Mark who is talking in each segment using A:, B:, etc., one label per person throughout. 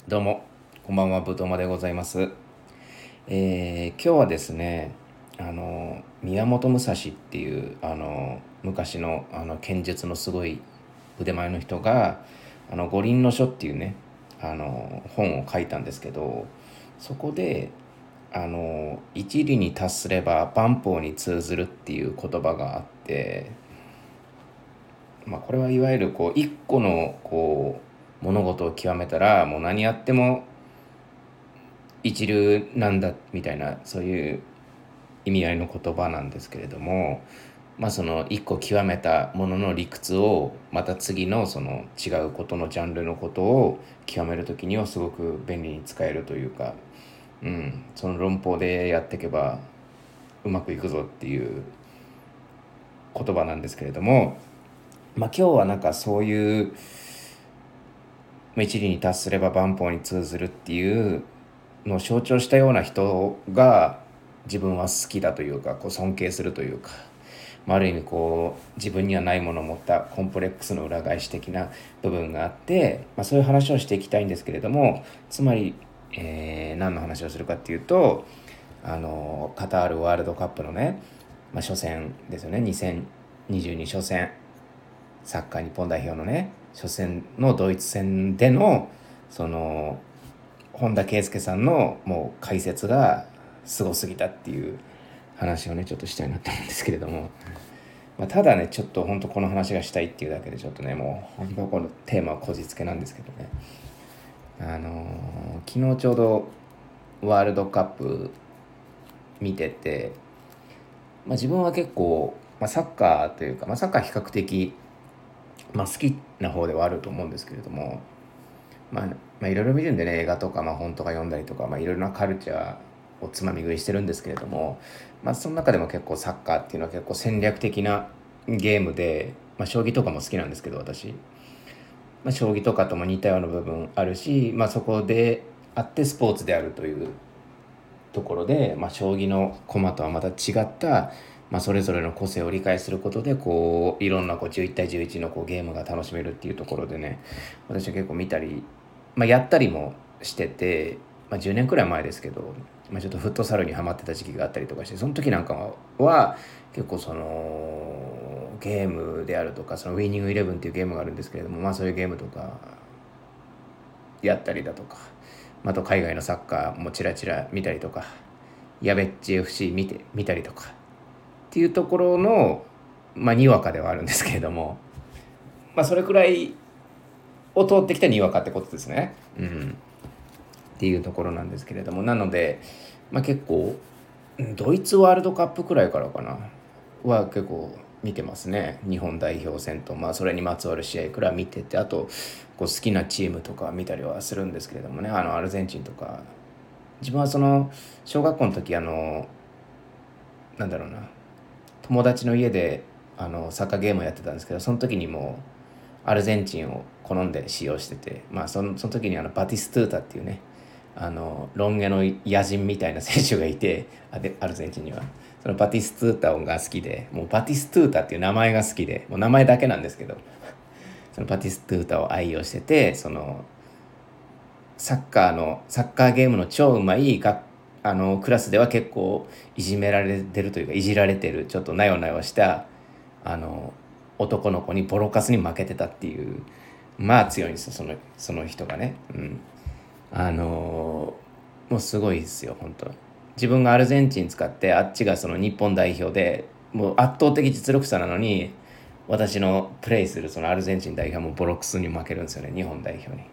A: どうも、こんばんは、ぶとまでございます。今日はですね、宮本武蔵っていう昔の剣術のすごい腕前の人が五輪の書っていうね本を書いたんですけど、そこで一理に達すれば万法に通ずるっていう言葉があって、これはいわゆる一個の物事を極めたらもう何やっても一流なんだみたいな、そういう意味合いの言葉なんですけれども、その一個極めたものの理屈をまた次のその違うことのジャンルのことを極める時にはすごく便利に使えるというか、その論法でやっていけばうまくいくぞっていう言葉なんですけれども、今日はなんかそういう一理に達すれば万法に通ずるっていうのを象徴したような人が自分は好きだというか、尊敬するというか、ある意味自分にはないものを持ったコンプレックスの裏返し的な部分があって、そういう話をしていきたいんですけれども、つまり、何の話をするかっていうと、カタールワールドカップのね、初戦ですよね。2022初戦、サッカー日本代表のね初戦のドイツ戦でのその本田圭佑さんのもう解説がすごすぎたっていう話をねちょっとしたいなと思うんですけれども、ただねちょっと本当この話がしたいっていうだけでちょっとねもう本当このテーマはこじつけなんですけどね、昨日ちょうどワールドカップ見てて、自分は結構、サッカーというか、サッカー比較的、好きな方ではあると思うんですけれども、いろいろ見るんでね、映画とか、本とか読んだりとか、いろいろなカルチャーをつまみ食いしてるんですけれども、その中でも結構サッカーっていうのは結構戦略的なゲームで、将棋とかも好きなんですけど私、将棋とかとも似たような部分あるし、そこであってスポーツであるというところで、将棋の駒とはまた違った、それぞれの個性を理解することでいろんな11対11のゲームが楽しめるっていうところでね、私は結構見たり、やったりもしてて、10年くらい前ですけど、ちょっとフットサルにはまってた時期があったりとかして、その時なんかは結構そのゲームであるとか、そのウィニングイレブンっていうゲームがあるんですけれども、そういうゲームとかやったりだとか、あと海外のサッカーもチラチラ見たりとか、やべっち FC 見たりとかっていうところの、にわかではあるんですけれども、それくらいを通ってきたにわかってことですね。っていうところなんですけれども、なので、結構ドイツワールドカップくらいからかなは結構見てますね。日本代表戦と、それにまつわる試合くらい見てて、あと好きなチームとか見たりはするんですけれどもね、アルゼンチンとか、自分はその小学校の時なんだろうな、友達の家でサッカーゲームをやってたんですけど、その時にもアルゼンチンを好んで使用してて、その時にバティストゥータっていうね、ロン毛の野人みたいな選手がいて、アルゼンチンにはそのバティストゥータが好きで、もうバティストゥータっていう名前が好きで、もう名前だけなんですけど、そのバティストゥータを愛用してて、そのサッカーゲームの超うまいクラスでは結構いじめられてるというか、いじられてるちょっとなよなよしたあの男の子にボロカスに負けてたっていう、強いんですよ、その人がね。もうすごいですよ本当。自分がアルゼンチン使ってあっちがその日本代表でもう圧倒的実力差なのに、私のプレイするそのアルゼンチン代表はもうボロクスに負けるんですよね、日本代表に。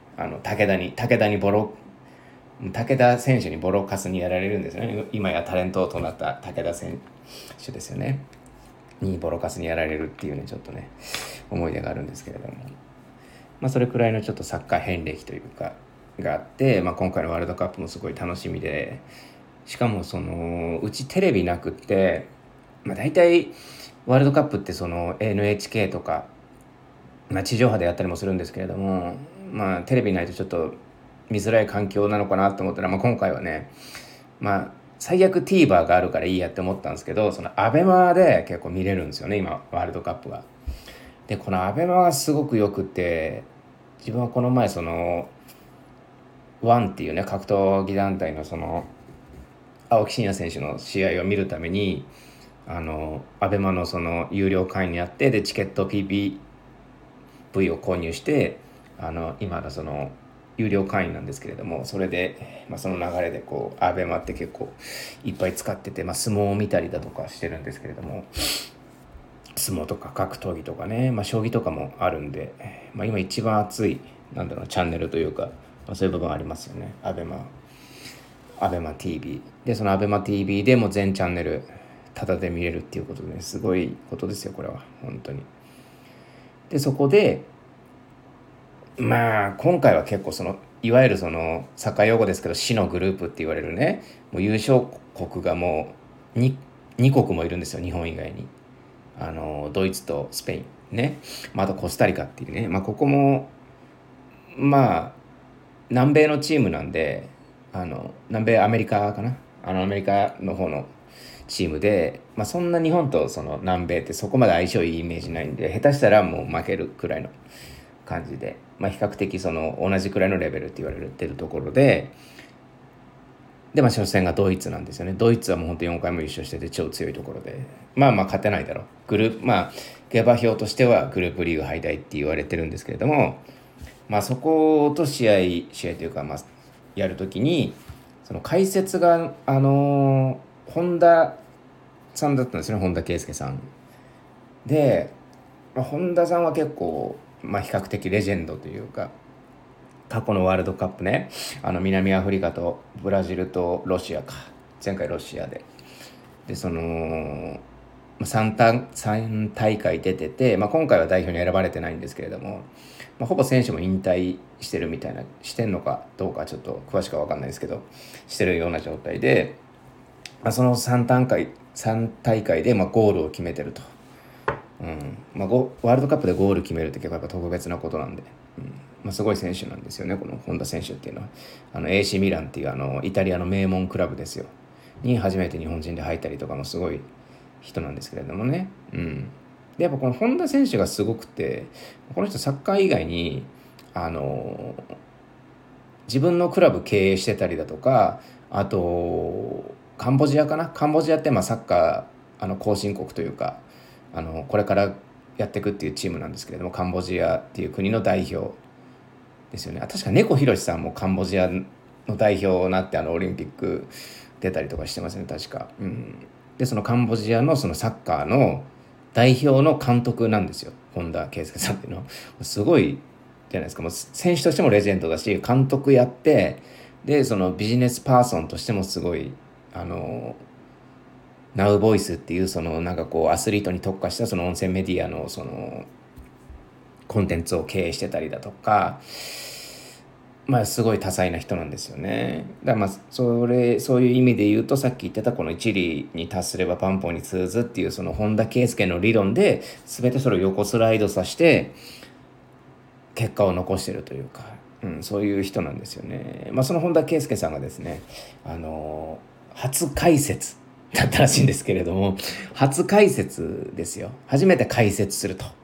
A: 武田選手にボロカスにやられるんですよね。今やタレントとなった武田選手ですよね、にボロカスにやられるっていうね、ちょっとね思い出があるんですけれども、それくらいのちょっとサッカー遍歴というかがあって、今回のワールドカップもすごい楽しみで、しかもそのうちテレビなくって、大体ワールドカップってその NHK とか、地上波でやったりもするんですけれども、テレビないとちょっと見づらい環境なのかなと思ったら、今回はね、最悪 TVer があるからいいやって思ったんですけど、そのアベマで結構見れるんですよね今ワールドカップが。でこのアベマがすごくよくて、自分はこの前そのワンっていうね格闘技団体のその青木真也選手の試合を見るためにアベマのその有料会員になって、でチケット PPV を購入して、今のその有料会員なんですけれども、それで、その流れでこうアベマって結構いっぱい使ってて、相撲を見たりだとかしてるんですけれども、相撲とか格闘技とかね、将棋とかもあるんで、今一番熱いチャンネルというか、そういう部分ありますよね。アベマ TV で、そのアベマ TV でも全チャンネルタダで見れるっていうことで、ね、すごいことですよこれは本当に。でそこで今回は結構そのいわゆるそのサッカー用語ですけど死のグループって言われるね、もう優勝国がもう 2国もいるんですよ、日本以外に。ドイツとスペインね、あとコスタリカっていうね、ここも南米のチームなんで、南米アメリカかな、アメリカの方のチームで、そんな日本とその南米ってそこまで相性いいイメージないんで、下手したらもう負けるくらいの感じで、比較的その同じくらいのレベルって言われてるところで、初戦がドイツなんですよね。ドイツはもう本当4回も優勝してて超強いところで、勝てないだろう、グループ下馬評としてはグループリーグ敗退って言われてるんですけれども、そこと試合というか、やるときにその解説が本田さんだったんですね、本田圭佑さんで、本田さんは結構、比較的レジェンドというか、過去のワールドカップね、南アフリカとブラジルとロシアか、前回ロシアでその3大会出てて、今回は代表に選ばれてないんですけれども、ほぼ選手も引退してるみたいな、してんのかどうかちょっと詳しくは分かんないですけど、してるような状態で、その3大会でゴールを決めてると。ワールドカップでゴール決めるって結構やっぱ特別なことなんで、すごい選手なんですよね、この本田選手っていうのは。AC ミランっていうイタリアの名門クラブですよに初めて日本人で入ったりとかもすごい人なんですけれどもね。でやっぱこの本田選手がすごくて、この人サッカー以外に自分のクラブ経営してたりだとか、あとカンボジアってサッカー後進国というか、これからやっていくっていうチームなんですけれども、カンボジアっていう国の代表ですよね。確か猫ひろしさんもカンボジアの代表になってオリンピック出たりとかしてますね確か。でそのカンボジアのそのサッカーの代表の監督なんですよ、本田圭佑さんっていうのは。すごいじゃないですか。もう選手としてもレジェンドだし、監督やって、でそのビジネスパーソンとしてもすごいナウボイスっていうそのアスリートに特化したその音声メディアのそのコンテンツを経営してたりだとか、すごい多彩な人なんですよね。だからそういう意味で言うと、さっき言ってたこの一理に達すれば万法に通ずっていうその本田圭佑の理論で全てそれを横スライドさせて結果を残してるというか、そういう人なんですよね。その本田圭佑さんがですね、初解説だったらしいんですけれども、初解説ですよ。初めて解説すると。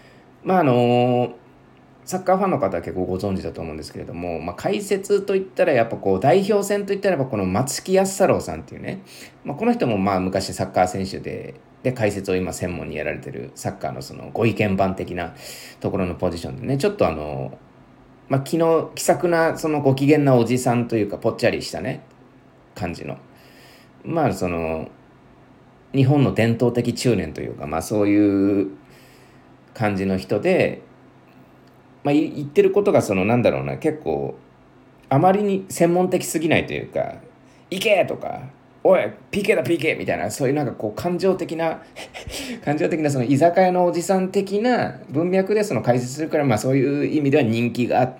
A: サッカーファンの方は結構ご存知だと思うんですけれども、解説といったらやっぱ代表戦といったらこの松木安太郎さんっていうね、この人も昔サッカー選手で解説を今専門にやられてるサッカーのそのご意見番的なところのポジションでね、ちょっと気さくなそのご機嫌なおじさんというか、ぽっちゃりしたね感じの、その日本の伝統的中年というか、そういう感じの人で、言ってることが結構あまりに専門的すぎないというか、行けとか、おい PK だ PK みたいな、そういう感情的なその居酒屋のおじさん的な文脈でその解説するから、そういう意味では人気があって、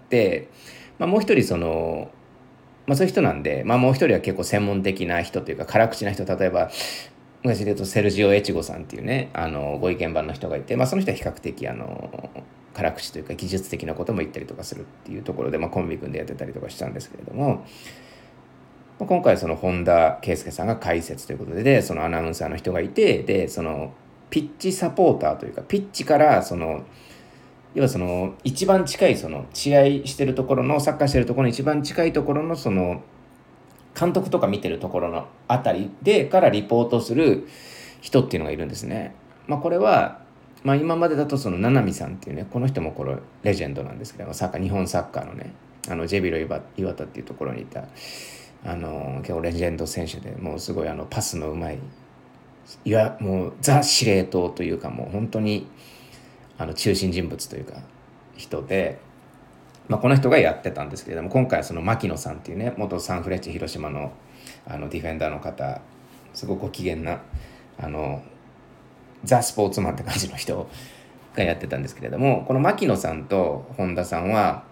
A: もう一人そういう人なんで、もう一人は結構専門的な人というか辛口な人、例えば昔で言うとセルジオ・エチゴさんっていうね、ご意見番の人がいて、その人は比較的辛口というか技術的なことも言ったりとかするっていうところで、コンビ組んでやってたりとかしたんですけれども、今回その本田圭佑さんが解説ということで、そのアナウンサーの人がいて、でそのピッチサポーターというか、ピッチからその要はその一番近いその試合してるところのサッカーしてるところの一番近いところのその監督とか見てるところのあたりでからリポートする人っていうのがいるんですね。これは、今までだとその七海さんっていうね、この人もこれレジェンドなんですけど、日本サッカーのね、ジェビロ磐田っていうところにいた結構レジェンド選手で、もうすごいパスのうまい、もうザ司令塔というか、もう本当に中心人物というか人で、この人がやってたんですけれども、今回はその牧野さんっていうね、元サンフレッチェ広島のディフェンダーの方、すごくご機嫌なザ・スポーツマンって感じの人がやってたんですけれども、この牧野さんと本田さんは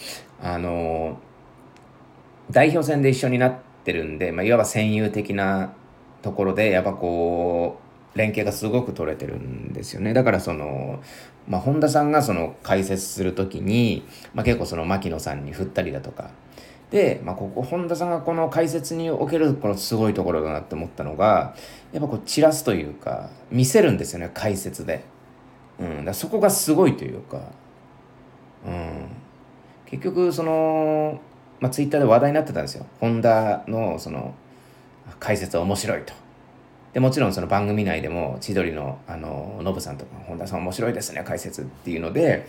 A: 代表戦で一緒になってるんで、いわば戦友的なところでやっぱこう連携がすごく取れてるんですよね。だからその、本田さんがその解説するときに、結構その牧野さんに振ったりだとかで、ここ本田さんがこの解説におけるこのすごいところだなって思ったのが、やっぱこう散らすというか見せるんですよね、解説で。だそこがすごいというか、結局その、ツイッターで話題になってたんですよ。ホンダのその解説は面白いと。でもちろんその番組内でも千鳥のノブさんとか本田さん面白いですね解説っていうので、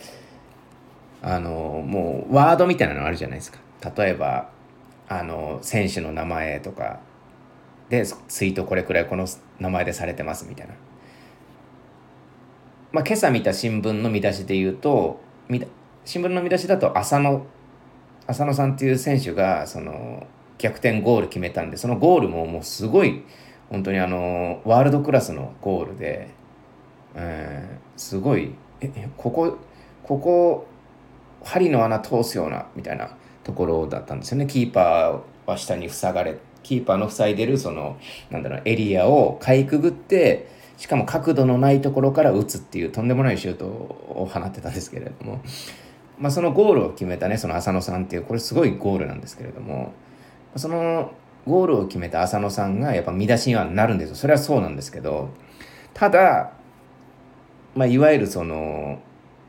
A: もうワードみたいなのあるじゃないですか。例えば選手の名前とかでツイートこれくらいこの名前でされてますみたいな。今朝見た新聞の見出しで言うと、新聞の見出しだと浅野さんっていう選手がその逆転ゴール決めたんで、そのゴールももうすごい本当にワールドクラスのゴールで、すごいここ針の穴通すようなみたいなところだったんですよね。キーパーは下にキーパーの塞いでるそのエリアをかいくぐって、しかも角度のないところから打つっていうとんでもないシュートを放ってたんですけれども、そのゴールを決めたね、その浅野さんっていう、これすごいゴールなんですけれども、そのゴールを決めた浅野さんがやっぱ見出しにはなるんですよ。それはそうなんですけど、ただいわゆるその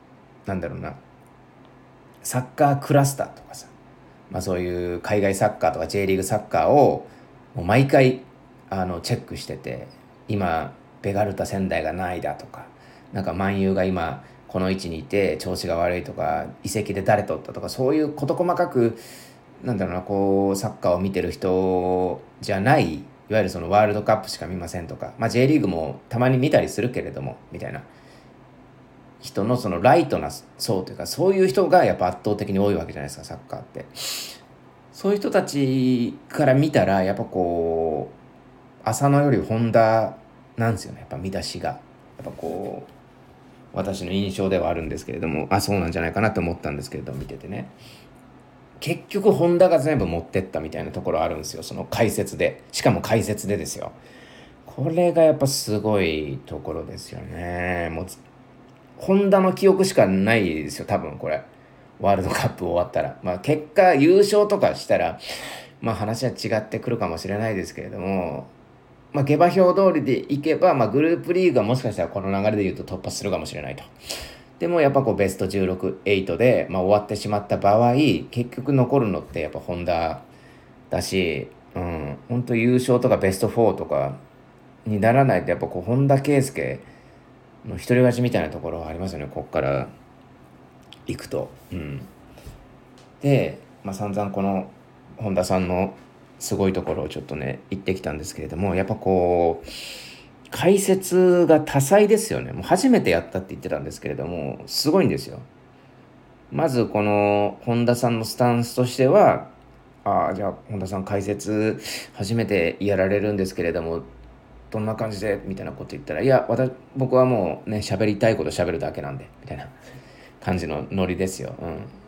A: サッカークラスターとかさ、そういう海外サッカーとか J リーグサッカーをもう毎回チェックしてて、今ベガルタ仙台が何位だとか、万有が今この位置にいて調子が悪いとか、移籍で誰取ったとか、そういう事細かくこうサッカーを見てる人じゃない、いわゆるそのワールドカップしか見ませんとか、J リーグもたまに見たりするけれどもみたいな人のそのライトな層というか、そういう人がやっぱ圧倒的に多いわけじゃないですか、サッカーって。そういう人たちから見たらやっぱこう浅野より本田なんですよね、やっぱ見出しが。やっぱこう私の印象ではあるんですけれども、そうなんじゃないかなと思ったんですけれども、見ててね、結局本田が全部持ってったみたいなところあるんですよ、その解説で。しかも解説でですよ。これがやっぱすごいところですよね。もう本田の記憶しかないですよ、多分これ。ワールドカップ終わったら。結果優勝とかしたら、話は違ってくるかもしれないですけれども、下馬評通りでいけば、グループリーグはもしかしたらこの流れで言うと突破するかもしれないと。でもやっぱこうベスト16、8で、終わってしまった場合、結局残るのってやっぱホンダだし、本当優勝とかベスト4とかにならないと、やっぱこう本田圭佑の一人勝ちみたいなところはありますよね、こっから行くと。で、散々この本田さんのすごいところをちょっとね言ってきたんですけれども、やっぱこう解説が多彩ですよね。もう初めてやったって言ってたんですけれども、すごいんですよ。まずこの本田さんのスタンスとしては、じゃあ本田さん解説初めてやられるんですけれどもどんな感じでみたいなこと言ったら、僕はもうね喋りたいこと喋るだけなんでみたいな感じのノリですよ。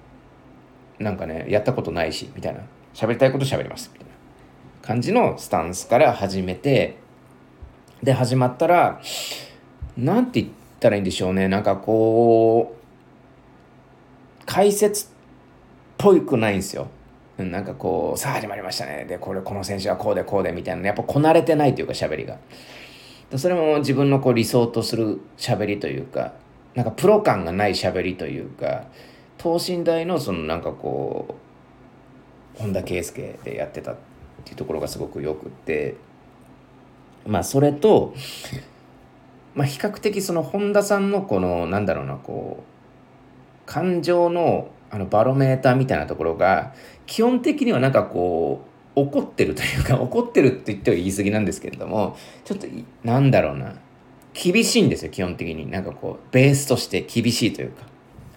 A: やったことないしみたいな、喋りたいこと喋りますみたいな感じのスタンスから始めて、で始まったらなんて言ったらいいんでしょうね、こう解説っぽくないんですよ。さあ始まりましたね、でこの選手はこうでこうでみたいな、やっぱこなれてないというか喋りが、それも自分のこう理想とする喋りというか、 なんかプロ感がない喋りというか、等身大のそのなんかこう本田圭佑でやってたっていうところがすごくよくって、まあそれと、まあ、比較的その本田さんのこのなんだろうな、こう感情のバロメーターみたいなところが基本的にはなんかこう怒ってるというか、怒ってるって言っては言い過ぎなんですけれども、ちょっとなんだろうな、厳しいんですよ。基本的になんかこうベースとして厳しいというか、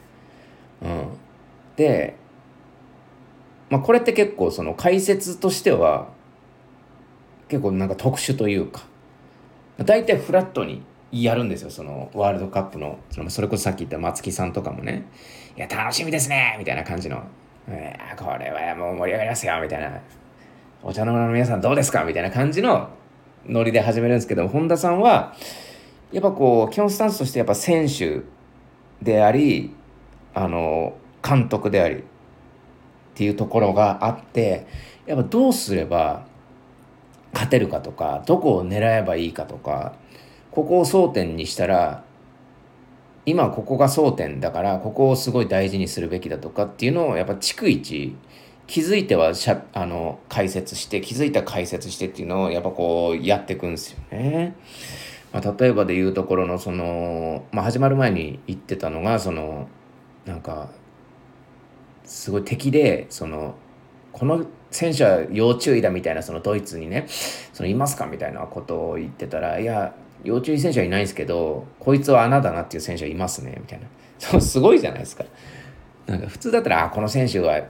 A: で、まあ、これって結構その解説としては結構なんか特殊というか、大体フラットにやるんですよ。そのワールドカップのそれこそさっき言った松木さんとかもね、いや楽しみですねみたいな感じの、これはもう盛り上がりますよみたいな、お茶の間の皆さんどうですかみたいな感じのノリで始めるんですけど、本田さんはやっぱこう基本スタンスとしてやっぱ選手であり、監督でありっていうところがあって、やっぱどうすれば勝てるかとか、どこを狙えばいいかとか、ここを争点にしたら、今ここが争点だからここをすごい大事にするべきだとかっていうのをやっぱ逐一気づいては解説して、気づいたら解説してっていうのをやっぱこうやっていくんですよね。まあ、例えばで言うところのその、まあ、始まる前に言ってたのがそのなんかすごい敵で、そのこの選手は要注意だみたいな、そのドイツにね、そのいますかみたいなことを言ってたら、いや要注意選手はいないんですけど、こいつは穴だなっていう選手はいますねみたいな。そうすごいじゃないですか。なんか普通だったら、この選手は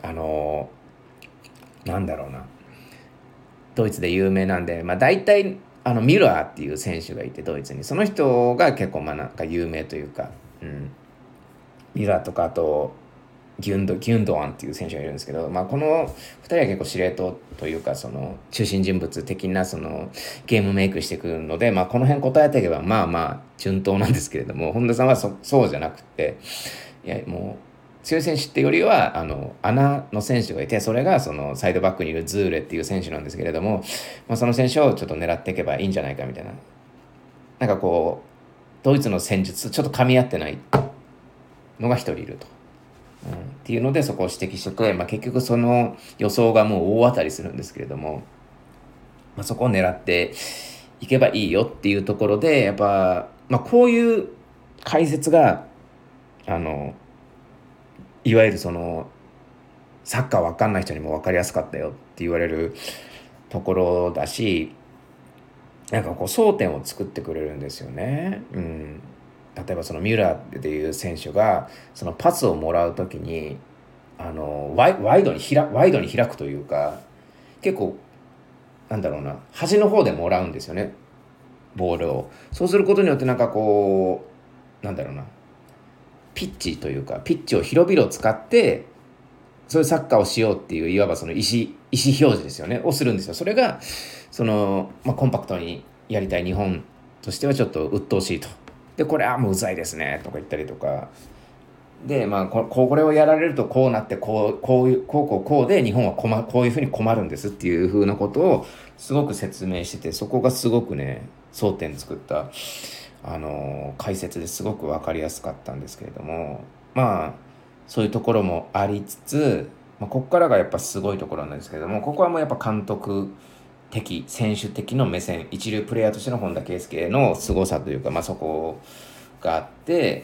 A: なんだろうな、ドイツで有名なんで、まあ大体ミュラーっていう選手がいて、ドイツにその人が結構まあなんか有名というか、ミュラーとか、あとギュンドアンっていう選手がいるんですけど、まあ、この2人は結構司令塔というか、その中心人物的なそのゲームメイクしてくるので、まあ、この辺答えていけばまあまあ順当なんですけれども、本田さんはそうじゃなくて、いやもう強い選手ってよりは穴の選手がいて、それがそのサイドバックにいるズーレっていう選手なんですけれども、まあ、その選手をちょっと狙っていけばいいんじゃないかみたいな、なんかこうドイツの戦術とちょっと噛み合ってないのが一人いると。っていうのでそこを指摘してて、まあ、結局その予想がもう大当たりするんですけれども、まあ、そこを狙っていけばいいよっていうところで、やっぱ、まあ、こういう解説がいわゆるそのサッカー分かんない人にも分かりやすかったよって言われるところだし、なんかこう争点を作ってくれるんですよね。例えばそのミュラーっていう選手がそのパスをもらうときにワイドに開くというか、結構なんだろうな、端の方でもらうんですよね、ボールを。そうすることによってなんかこうなんだろうな、ピッチというかピッチを広々使ってそういうサッカーをしようっていう、いわばその意思表示ですよね、をするんですよ。それがその、まあ、コンパクトにやりたい日本としてはちょっと鬱陶しいと。でこれはもううざいですねとか言ったりとかで、まあ、これをやられるとこうなって、こうで日本はこういうふうに困るんですっていうふうなことをすごく説明してて、そこがすごくね争点作った解説ですごく分かりやすかったんですけれども、まあそういうところもありつつ、まあ、ここからがやっぱすごいところなんですけれども、ここはもうやっぱ監督的選手的の目線、一流プレイヤーとしての本田圭佑の凄さというか、まあ、そこがあって、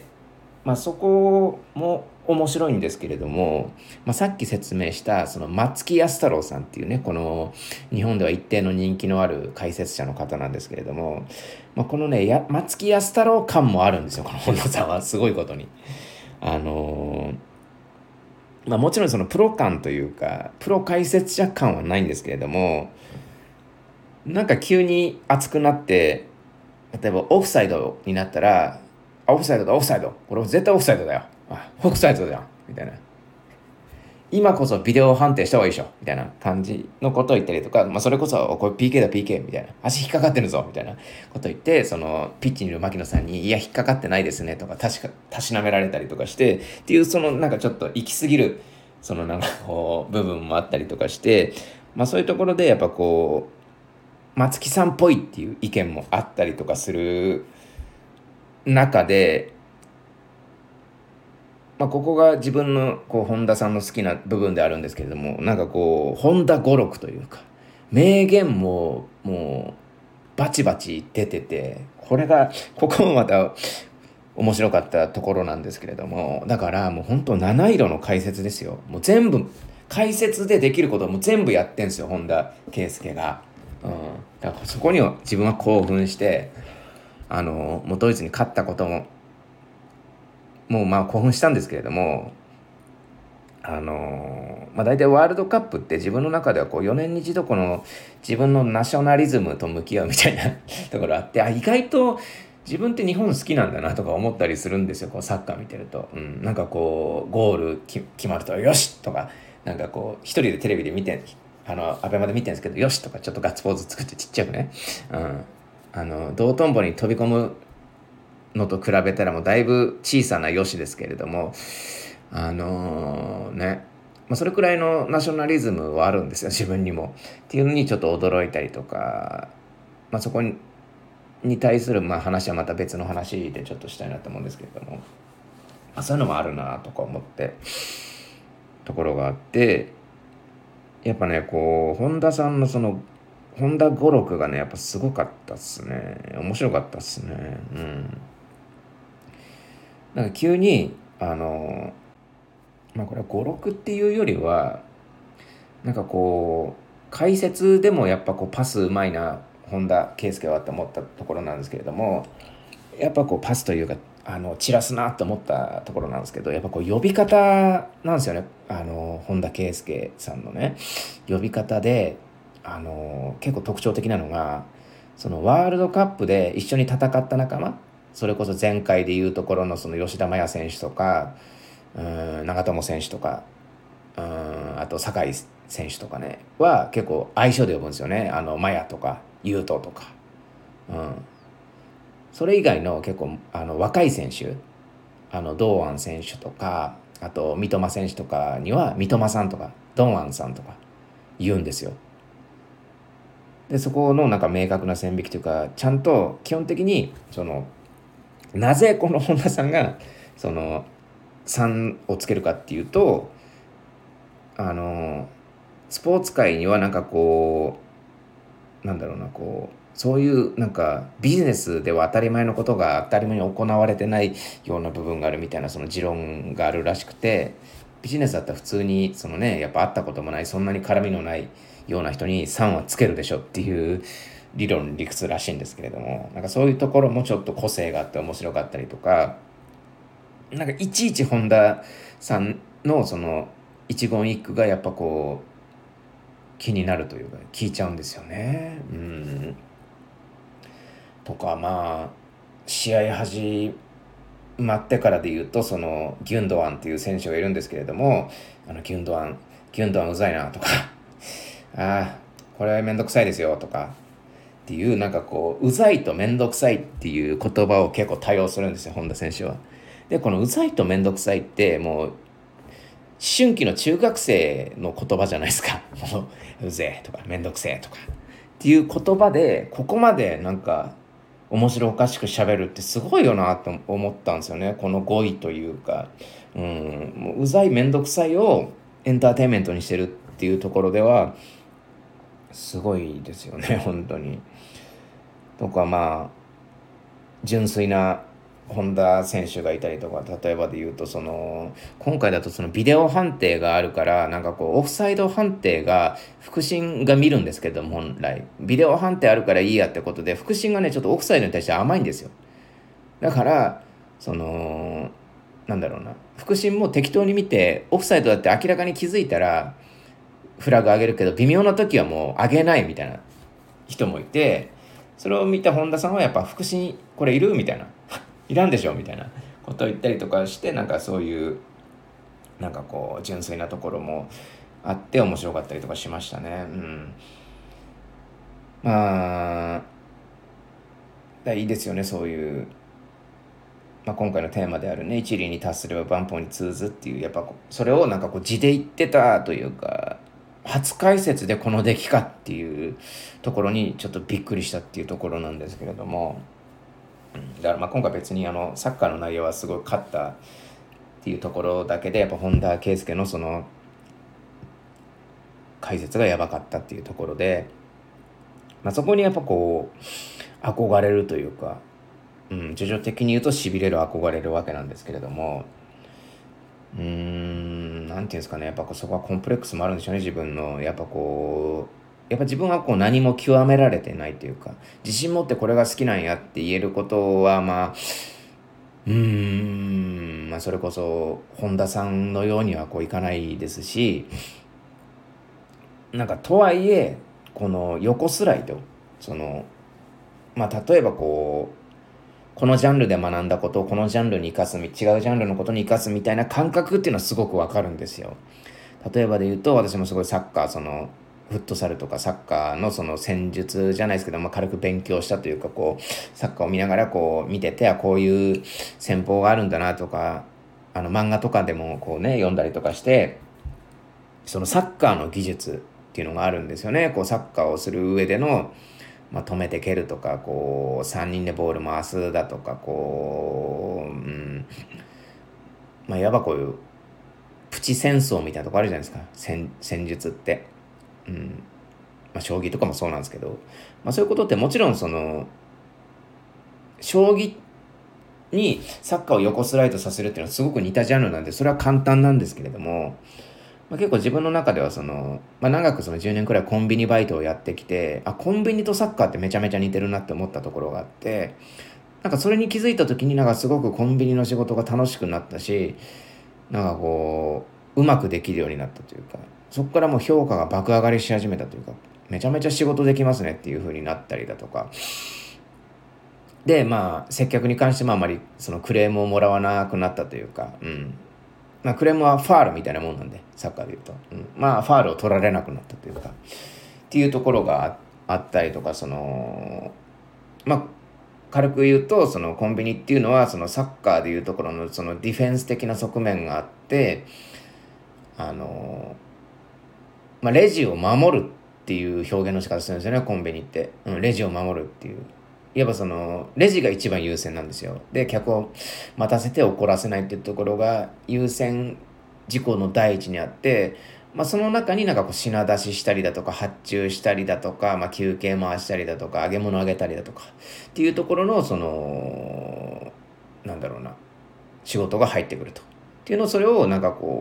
A: まあ、そこも面白いんですけれども、まあ、さっき説明したその松木安太郎さんっていうね、この日本では一定の人気のある解説者の方なんですけれども、まあ、このね松木安太郎感もあるんですよ、この本田さんは。すごいことにまあ、もちろんそのプロ感というかプロ解説者感はないんですけれども、なんか急に熱くなって、例えばオフサイドになったら、オフサイドだオフサイド、これ絶対オフサイドだよ、オフサイドだよみたいな、今こそビデオ判定した方がいいでしょみたいな感じのことを言ったりとか、まあ、それこそこれ PK だ PK みたいな、足引っかかってるぞみたいなことを言って、そのピッチにいる牧野さんにいや引っかかってないですねとかたしなめられたりとかしてっていう、そのなんかちょっと行き過ぎるそのなんかこう部分もあったりとかして、まあ、そういうところでやっぱこう松木さんっぽいっていう意見もあったりとかする中で、 ここが自分のこう本田さんの好きな部分であるんですけれども、なんかこう本田語録というか名言ももうバチバチ出てて、ここもまた面白かったところなんですけれども、だからもう本当七色の解説ですよ。もう全部解説でできることも全部やってんすよ、本田圭佑が。だからそこには自分は興奮して、もうドイツに勝ったことももう興奮したんですけれども、大体ワールドカップって自分の中ではこう4年に一度この自分のナショナリズムと向き合うみたいなところあって、意外と自分って日本好きなんだなとか思ったりするんですよ、こうサッカー見てると。なんかこうゴール決まるとよしとか、なんかこう一人でテレビで見てアベマで見てるんですけど、よしとかちょっとガッツポーズ作ってちっちゃくね、道頓堀に飛び込むのと比べたらもうだいぶ小さなよしですけれども、それくらいのナショナリズムはあるんですよ、自分にも。っていうのにちょっと驚いたりとか、そこに対する話はまた別の話でちょっとしたいなと思うんですけれども、そういうのもあるなとか思ってところがあって、やっぱねこう本田さんのその本田語録がねやっぱすごかったっすね。面白かったっすね。なんか急にこれは語録っていうよりはなんかこう解説でもやっぱこうパスうまいな本田圭佑はって思ったところなんですけれども、やっぱこうパスというか散らすなと思ったところなんですけど、やっぱこう呼び方なんですよね。本田圭佑さんのね呼び方で結構特徴的なのが、そのワールドカップで一緒に戦った仲間、それこそ前回でいうところのその吉田麻也選手とか長友選手とかあと酒井選手とかねは結構相性で呼ぶんですよね。麻也とか雄斗とか、それ以外の結構若い選手、堂安選手とかあと三笘選手とかには三笘さんとか堂安さんとか言うんですよ。でそこのなんか明確な線引きというか、ちゃんと基本的にそのなぜこの本田さんがその3をつけるかっていうと、スポーツ界にはなんかこうそういうなんかビジネスでは当たり前のことが当たり前に行われてないような部分があるみたいなその持論があるらしくて、ビジネスだったら普通にそのねやっぱ会ったこともないそんなに絡みのないような人に3はつけるでしょっていう理屈らしいんですけれども、なんかそういうところもちょっと個性があって面白かったりとか、なんかいちいち本田さんのその一言一句がやっぱこう気になるというか聞いちゃうんですよね。とか試合始まってからで言うとそのギュンドアンっていう選手がいるんですけれども、ギュンドアンうざいなとかこれはめんどくさいですよとかっていう、なんかこううざいとめんどくさいっていう言葉を結構多用するんですよ、本田選手は。でこのうざいとめんどくさいってもう思春期の中学生の言葉じゃないですか。うぜえとかめんどくせえとかっていう言葉でここまでなんか面白おかしく喋るってすごいよなと思ったんですよね。この語彙というか、もううざいめんどくさいをエンターテインメントにしてるっていうところではすごいですよね本当に。とか純粋な本田選手がいたりとか、例えばで言うとその今回だとそのビデオ判定があるからなんかこうオフサイド判定が腹心が見るんですけども、本来ビデオ判定あるからいいやってことで腹心がねちょっとオフサイドに対して甘いんですよ。だからその腹心も適当に見てオフサイドだって明らかに気づいたらフラグ上げるけど微妙な時はもう上げないみたいな人もいて、それを見た本田さんはやっぱ腹心これいるみたいないらんでしょみたいなことを言ったりとかして、なんかそういうなんかこう純粋なところもあって面白かったりとかしましたね。いいですよねそういう、今回のテーマであるね一理に達すれば万法に通ずっていう、やっぱそれをなんかこう字で言ってたというか初解説でこの出来かっていうところにちょっとびっくりしたっていうところなんですけれども、だから今回別にサッカーの内容はすごい勝ったってっていうところだけでやっぱ本田圭佑のその解説がやばかったっていうところで、そこにやっぱこう憧れるというか、叙々的に言うとしびれる憧れるわけなんですけれども、なんていうんですかね、やっぱそこはコンプレックスもあるんでしょうね、自分の。やっぱ自分はこう何も極められてないというか、自信持ってこれが好きなんやって言えることはそれこそ本田さんのようにはこういかないですし、なんかとはいえこの横スライド、例えばこのジャンルで学んだことをこのジャンルに生かす、違うジャンルのことに生かすみたいな感覚っていうのはすごくわかるんですよ。例えばで言うと、私もすごいサッカー、フットサルとかサッカーのその戦術じゃないですけど、軽く勉強したというか、サッカーを見ながら見てて、こういう戦法があるんだなとか、漫画とかでも読んだりとかして、そのサッカーの技術っていうのがあるんですよね。サッカーをする上での、止めて蹴るとか、3人でボール回すだとか、いわばこういうプチ戦争みたいなとこあるじゃないですか、戦術って。将棋とかもそうなんですけど、そういうことってもちろん将棋にサッカーを横スライドさせるっていうのはすごく似たジャンルなんで、それは簡単なんですけれども、結構自分の中では長く10年くらいコンビニバイトをやってきて、コンビニとサッカーってめちゃめちゃ似てるなって思ったところがあって、それに気づいた時にすごくコンビニの仕事が楽しくなったし、うまくできるようになったというか、そこからもう評価が爆上がりし始めたというか、めちゃめちゃ仕事できますねっていう風になったりだとかで、接客に関してもあまりクレームをもらわなくなったというか、クレームはファールみたいなもんなんで、サッカーで言うと、ファールを取られなくなったというかっていうところがあったりとか、軽く言うとコンビニっていうのはサッカーでいうところのディフェンス的な側面があって、レジを守るっていう表現の仕方するんですよね、コンビニって。レジを守るっていう。いわばレジが一番優先なんですよ。で、客を待たせて怒らせないっていうところが優先事項の第一にあって、その中に品出ししたりだとか、発注したりだとか、休憩回したりだとか、揚げ物あげたりだとかっていうところの仕事が入ってくると。っていうのを、それを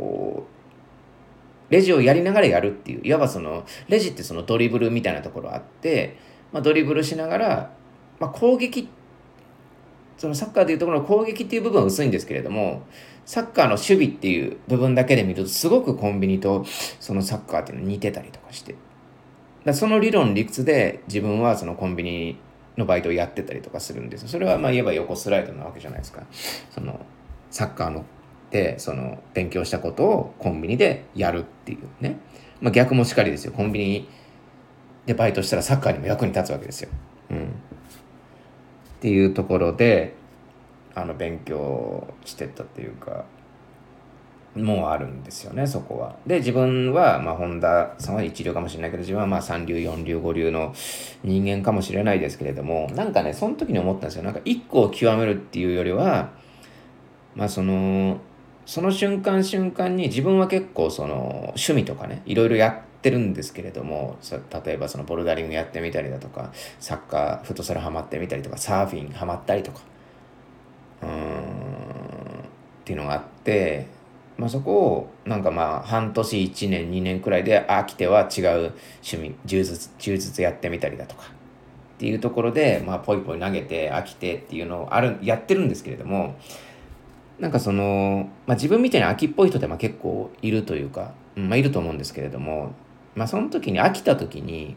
A: レジをやりながらやるっていう、いわばレジってドリブルみたいなところあって、ドリブルしながら、攻撃、サッカーでいうところの攻撃っていう部分は薄いんですけれども、サッカーの守備っていう部分だけで見るとすごくコンビニとサッカーっていうの似てたりとかして、その理論理屈で自分はコンビニのバイトをやってたりとかするんですよ。それは言えば横スライドなわけじゃないですか。サッカーので勉強したことをコンビニでやるっていうね、逆もしかりですよ。コンビニでバイトしたらサッカーにも役に立つわけですよ。っていうところで勉強してったっていうかもうあるんですよね、そこは。で、自分は本田さんは一流かもしれないけど、自分は三流四流五流の人間かもしれないですけれども、その時に思ったんですよ。一個を極めるっていうよりは、その瞬間瞬間に自分は結構趣味とかね、いろいろやってるんですけれども、例えばボルダリングやってみたりだとか、サッカーフットサルハマってみたりとか、サーフィンハマったりとかっていうのがあって、そこを半年1年2年くらいで飽きては違う趣味柔術やってみたりだとかっていうところでポイポイ投げて飽きてっていうのをやってるんですけれども、自分みたいに飽きっぽい人って結構いるというか、いると思うんですけれども、その時に飽きた時に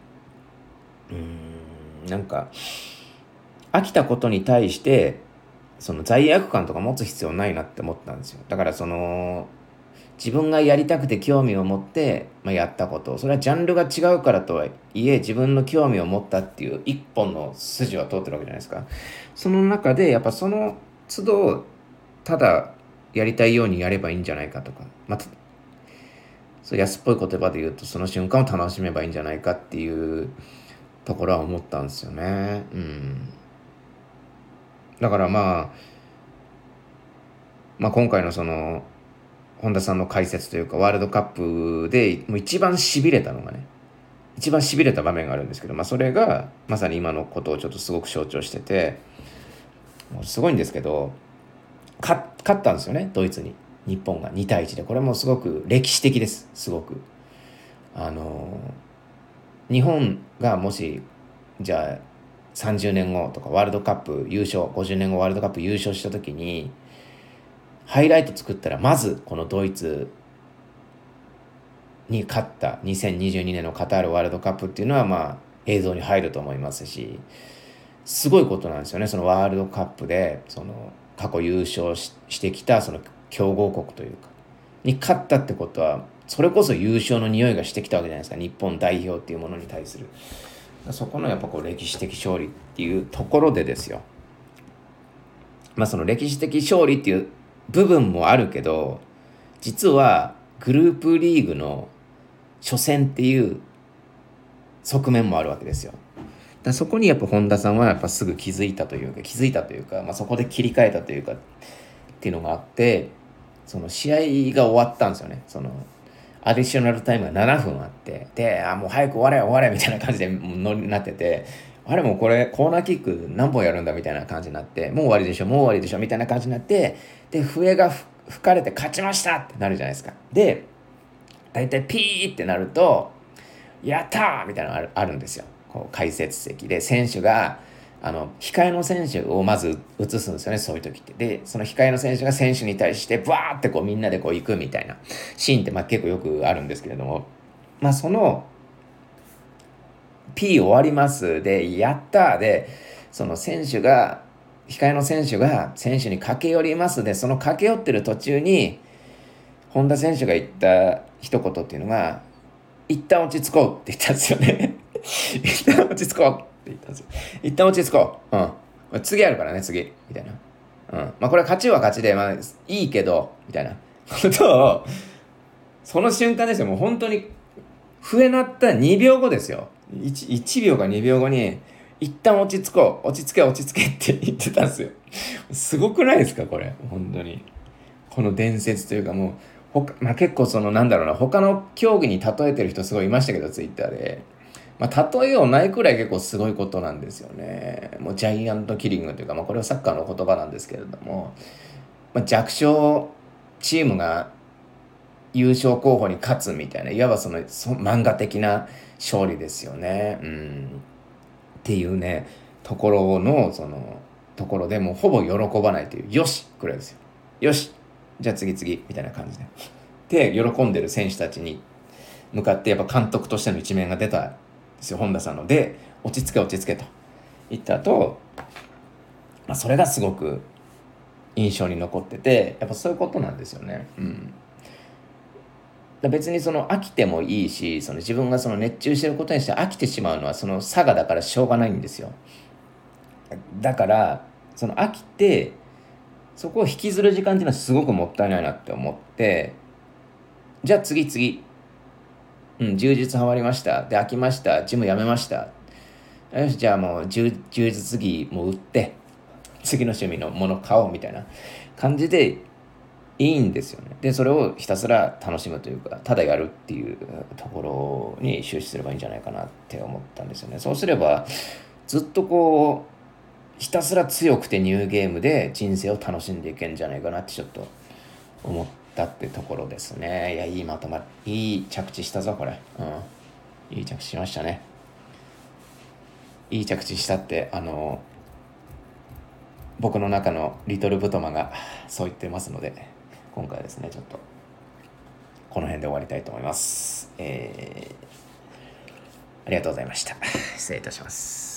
A: 飽きたことに対して罪悪感とか持つ必要ないなって思ったんですよ。だから自分がやりたくて興味を持って、やったこと、それはジャンルが違うからとはいえ自分の興味を持ったっていう一本の筋は通ってるわけじゃないですか。その中でやっぱその都度ただやりたいようにやればいいんじゃないかとか、そう安っぽい言葉で言うとその瞬間を楽しめばいいんじゃないかっていうところは思ったんですよね。だから今回の本田さんの解説というか、ワールドカップでもう一番しびれた場面があるんですけど、それがまさに今のことをちょっとすごく象徴してて、もうすごいんですけど、勝ったんですよね、ドイツに。日本が2対1で、これもすごく歴史的です。すごく日本がもしじゃあ30年後とかワールドカップ優勝、50年後ワールドカップ優勝した時にハイライト作ったら、まずこのドイツに勝った2022年のカタールワールドカップっていうのは映像に入ると思いますし、すごいことなんですよね。そのワールドカップでその過去優勝 してきたその強豪国というかに勝ったってことは、それこそ優勝の匂いがしてきたわけじゃないですか、日本代表っていうものに対する。そこのやっぱこう歴史的勝利っていうところでですよ、その歴史的勝利っていう部分もあるけど、実はグループリーグの初戦っていう側面もあるわけですよ。だそこにやっぱ本田さんはやっぱすぐ気づいたというか、そこで切り替えたというかっていうのがあって、その試合が終わったんですよね。そのアディショナルタイムが7分あって、でもう早く終われみたいな感じでノリになってて、あれもうこれコーナーキック何本やるんだみたいな感じになって、もう終わりでしょみたいな感じになって、で笛が吹かれて勝ちましたってなるじゃないですか。で大体ピーってなるとやったーみたいなのがあるんですよ。こう解説席で選手が控えの選手をまず映すんですよね、そういう時って。でその控えの選手が選手に対してバーってこうみんなでこう行くみたいなシーンって結構よくあるんですけれども、その P 終わりますでやったーで、その控えの選手が選手に駆け寄りますで、その駆け寄ってる途中に本田選手が言った一言っていうのが、一旦落ち着こうって言ったんですよね一旦落ち着こうって言ったんですよ。一旦落ち着こう、次あるからね、次みたいな。これ勝ちは勝ちでいいけどみたいなことを、その瞬間ですよ。もう本当に笛鳴った2秒後ですよ。1秒か2秒後に一旦落ち着けって言ってたんですよ。すごくないですかこれ。本当にこの伝説というか、もう結構その他の競技に例えてる人すごいいましたけど、ツイッターで例えようないくらい結構すごいことなんですよね。もうジャイアントキリングというか、これはサッカーの言葉なんですけれども、弱小チームが優勝候補に勝つみたいな、いわば漫画的な勝利ですよね。っていうねところのところでもうほぼ喜ばないという、よしくらいですよ。よしじゃあ次みたいな感じで喜んでる選手たちに向かってやっぱ監督としての一面が出たんですよ、本田さんの。で落ち着けと言った後、それがすごく印象に残ってて、やっぱそういうことなんですよね。別に飽きてもいいし、自分が熱中してることにして飽きてしまうのはその差がだからしょうがないんですよ。だから飽きてそこを引きずる時間っていうのはすごくもったいないなって思って、じゃあ次、充実ハマりました、で飽きました、ジムやめました、よしじゃあもう充実着も売って次の趣味のもの買おうみたいな感じでいいんですよね。でそれをひたすら楽しむというか、ただやるっていうところに終始すればいいんじゃないかなって思ったんですよね。そうすればずっとこうひたすら強くてニューゲームで人生を楽しんでいけんじゃないかなってちょっと思ったってところですね。いや、いい着地したぞこれ。いい着地しましたね。いい着地したって僕の中のリトルブトマがそう言ってますので、今回はですねちょっとこの辺で終わりたいと思います。ありがとうございました。失礼いたします。